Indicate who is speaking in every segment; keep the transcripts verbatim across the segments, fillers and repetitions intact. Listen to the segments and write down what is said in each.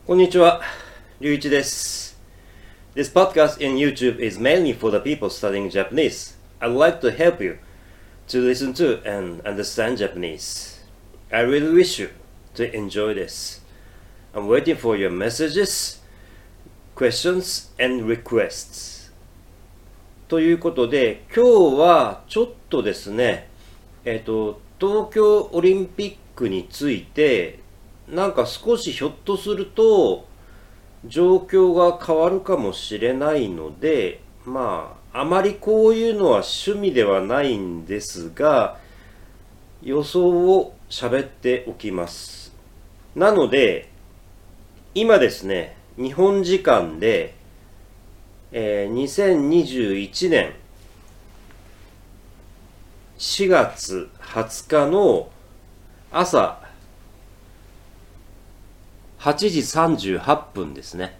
Speaker 1: こんにちは、りゅういちです。This podcast in YouTube is mainly for the people studying Japanese. I'd like to help you to listen to and understand Japanese. I really wish you to enjoy this. I'm waiting for your messages, questions, and requests. ということで、今日はちょっとですね、えっと、東京オリンピックについて、なんか少しひょっとすると状況が変わるかもしれないので、まああまりこういうのは趣味ではないんですが、予想を喋っておきます。なので今ですね、日本時間で、えー、にせんにじゅういちねんしがつはつかの朝はちじさんじゅうはっぷんですね。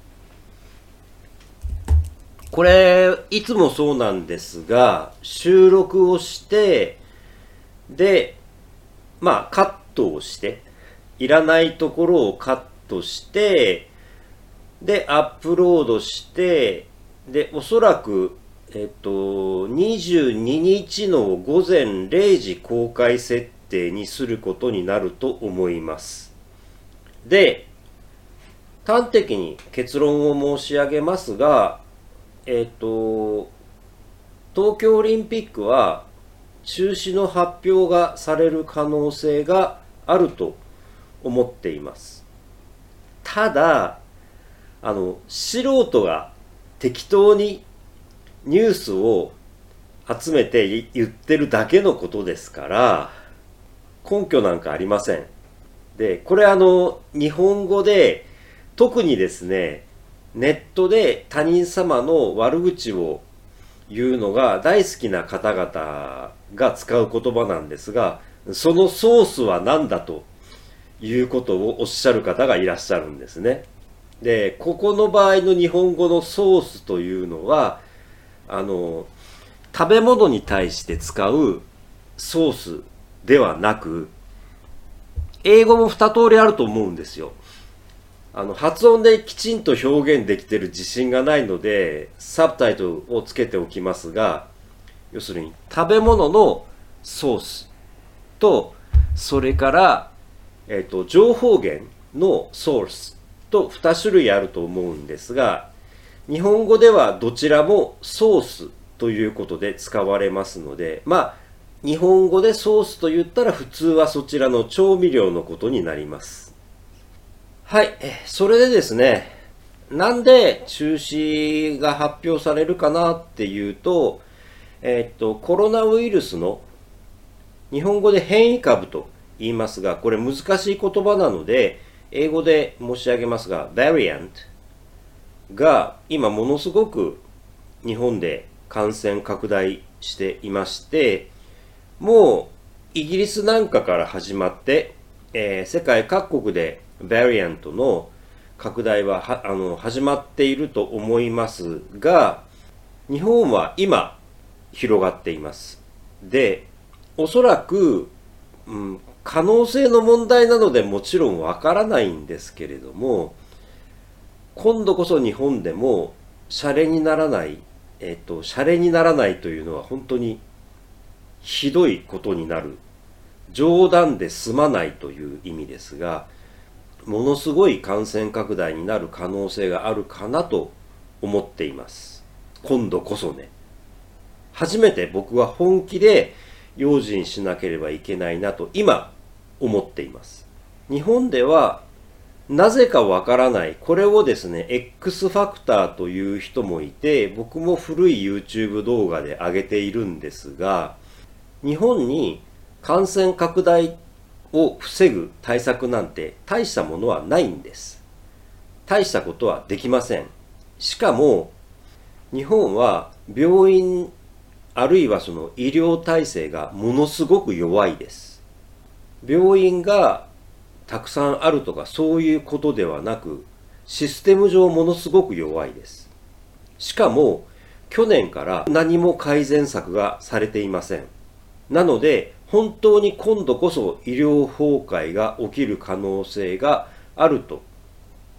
Speaker 1: これいつもそうなんですが、収録をしてでまあカットをしていらないところをカットしてでアップロードしてでおそらくえっとにじゅうににちのごぜんれいじ公開設定にすることになると思います。で、端的に結論を申し上げますが、えっと、東京オリンピックは中止の発表がされる可能性があると思っています。ただ、あの、素人が適当にニュースを集めて言ってるだけのことですから、根拠なんかありません。で、これあの、日本語で特にですね、ネットで他人様の悪口を言うのが大好きな方々が使う言葉なんですが、そのソースは何だということをおっしゃる方がいらっしゃるんですね。で、ここの場合の日本語のソースというのは、あの、食べ物に対して使うソースではなく、英語も二通りあると思うんですよ。あの発音できちんと表現できている自信がないのでサブタイトルをつけておきますが、要するに食べ物のソースとそれから、えーと、情報源のソースとに種類あると思うんですが、日本語ではどちらもソースということで使われますので、まあ日本語でソースと言ったら普通はそちらの調味料のことになります。はい、それでですね、なんで中止が発表されるかなっていうと、えっと、コロナウイルスの日本語で変異株と言いますが、これ難しい言葉なので、英語で申し上げますが、variant が今ものすごく日本で感染拡大していまして、もうイギリスなんかから始まって、えー、世界各国でバリアントの拡大ははあの始まっていると思いますが、日本は今広がっています。で、おそらく、うん、可能性の問題なのでもちろんわからないんですけれども、今度こそ日本でもシャレにならない、えっと、シャレにならないというのは本当にひどいことになる。冗談で済まないという意味ですが、ものすごい感染拡大になる可能性があるかなと思っています。今度こそね。初めて僕は本気で用心しなければいけないなと今思っています。日本ではなぜかわからない、これをですね、X ファクターという人もいて、僕も古い YouTube 動画で上げているんですが、日本に感染拡大を防ぐ対策なんて大したものはないんです。大したことはできません。しかも日本は病院あるいはその医療体制がものすごく弱いです。病院がたくさんあるとかそういうことではなく、システム上ものすごく弱いです。しかも去年から何も改善策がされていません。なので本当に今度こそ医療崩壊が起きる可能性があると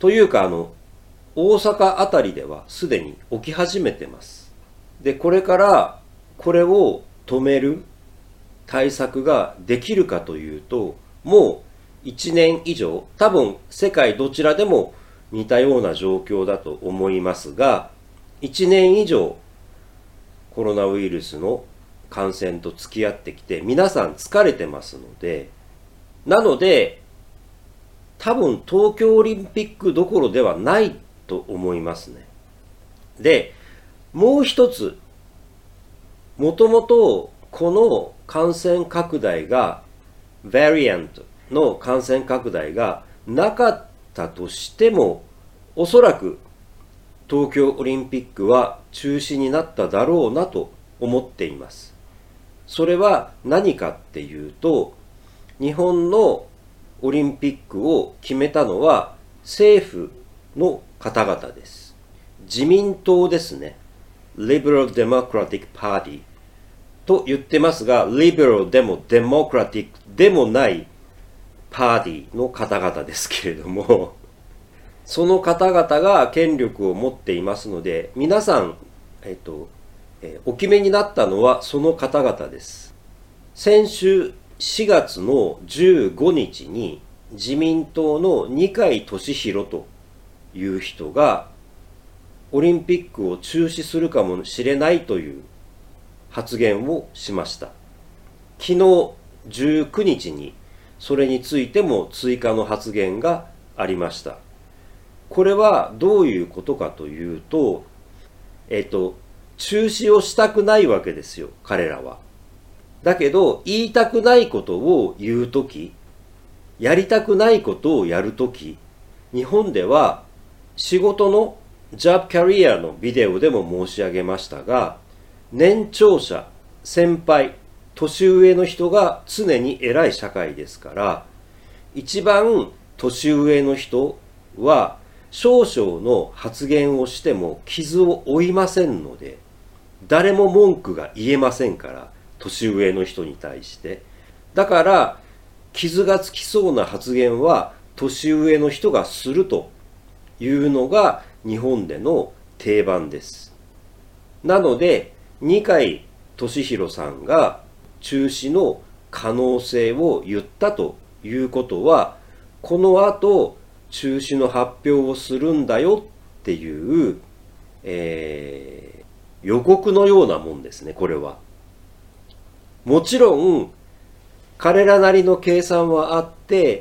Speaker 1: というか、あの、大阪あたりではすでに起き始めてます。で、これからこれを止める対策ができるかというと、もういちねん以上、多分世界どちらでも似たような状況だと思いますが、いちねん以上コロナウイルスの感染と付き合ってきて、皆さん疲れてますので、なので、多分東京オリンピックどころではないと思いますね。で、もう一つ、もともとこの感染拡大が、バリアントの感染拡大がなかったとしても、おそらく東京オリンピックは中止になっただろうなと思っています。それは何かっていうと、日本のオリンピックを決めたのは政府の方々です。自民党ですね。Liberal Democratic Party と言ってますが、Liberal でも Democratic でもないパーティーの方々ですけれども、その方々が権力を持っていますので、皆さん、えっと、えー、お決めになったのはその方々です。先週しがつのじゅうごにちに自民党の二階俊博という人がオリンピックを中止するかもしれないという発言をしました。昨日じゅうくにちにそれについても追加の発言がありました。これはどういうことかというと、えっと、中止をしたくないわけですよ、彼らは。だけど、言いたくないことを言うとき、やりたくないことをやるとき、日本では仕事のジョブキャリアのビデオでも申し上げましたが、年長者、先輩、年上の人が常に偉い社会ですから、一番年上の人は少々の発言をしても傷を負いませんので、誰も文句が言えませんから、年上の人に対して。だから、傷がつきそうな発言は年上の人がするというのが日本での定番です。なので、二階俊博さんが中止の可能性を言ったということは、この後中止の発表をするんだよっていう、えー、予告のようなもんですね、これは。もちろん、彼らなりの計算はあって、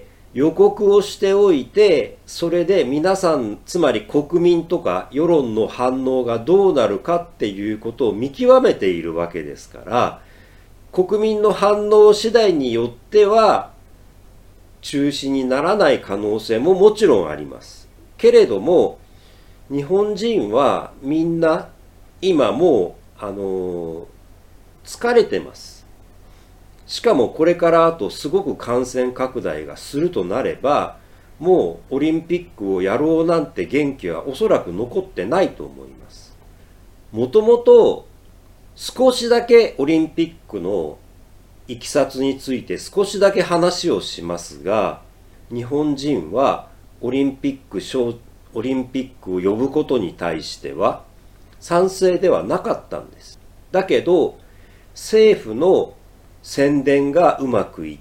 Speaker 1: 予告をしておいて、それで皆さん、つまり国民とか世論の反応がどうなるかっていうことを見極めているわけですから、国民の反応次第によっては、中止にならない可能性ももちろんあります。けれども、日本人はみんな今もう、あのー、疲れてます。しかもこれからあとすごく感染拡大がするとなれば、もうオリンピックをやろうなんて元気はおそらく残ってないと思います。もともと少しだけオリンピックのいきさつについて少しだけ話をしますが、日本人はオリンピック、オリンピックを呼ぶことに対しては賛成ではなかったんです。だけど政府の宣伝がうまくいって、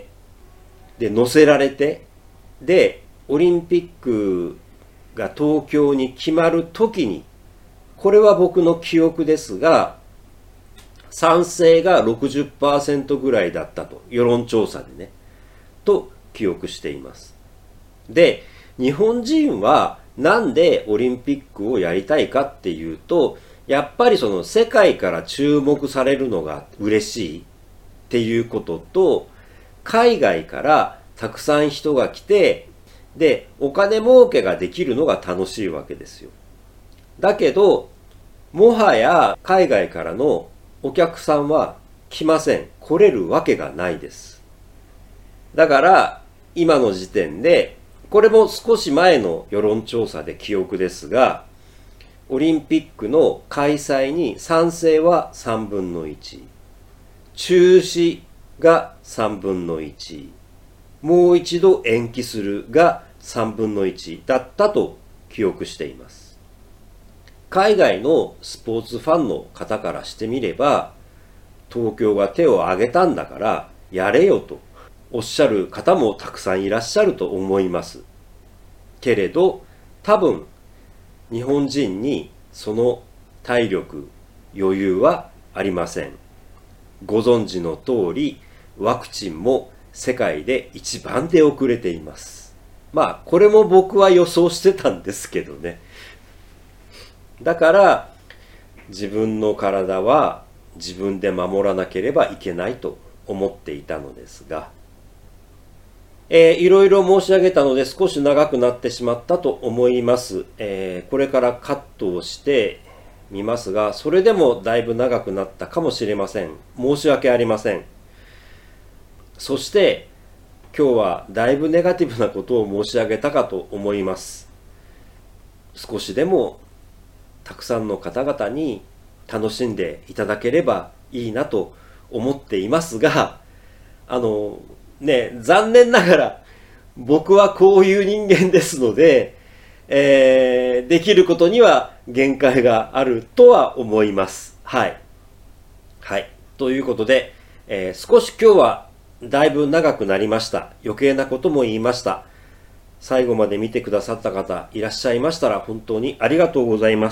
Speaker 1: で、載せられて、で、オリンピックが東京に決まるときに、これは僕の記憶ですが、賛成が ろくじゅっパーセント ぐらいだったと、世論調査でね、と記憶しています。で、日本人はなんでオリンピックをやりたいかっていうと、やっぱりその世界から注目されるのが嬉しいっていうことと、海外からたくさん人が来て、で、お金儲けができるのが楽しいわけですよ。だけど、もはや海外からのお客さんは来ません。来れるわけがないです。だから、今の時点で、これも少し前の世論調査で記憶ですが、オリンピックの開催に賛成はさんぶんのいち。中止がさんぶんのいち、もう一度延期するがさんぶんのいちだったと記憶しています。海外のスポーツファンの方からしてみれば、東京が手を挙げたんだからやれよとおっしゃる方もたくさんいらっしゃると思います。けれど、多分日本人にその体力、余裕はありません。ご存知の通り、ワクチンも世界で一番出遅れています。まあ、これも僕は予想してたんですけどね。だから、自分の体は自分で守らなければいけないと思っていたのですが、えー、いろいろ申し上げたので少し長くなってしまったと思います。えー、これからカットをしてみますが、それでもだいぶ長くなったかもしれません。申し訳ありません。そして今日はだいぶネガティブなことを申し上げたかと思います。少しでもたくさんの方々に楽しんでいただければいいなと思っていますが、あのね、残念ながら僕はこういう人間ですので、えー、できることには限界があるとは思います。はい。はい。ということで、えー、少し今日はだいぶ長くなりました。余計なことも言いました。最後まで見てくださった方いらっしゃいましたら本当にありがとうございます。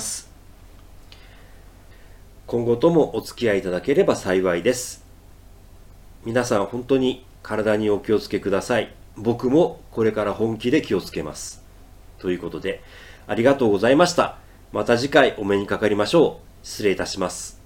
Speaker 1: 今後ともお付き合いいただければ幸いです。皆さん本当に体にお気をつけください。僕もこれから本気で気をつけます。ということで、ありがとうございました。また次回お目にかかりましょう。失礼いたします。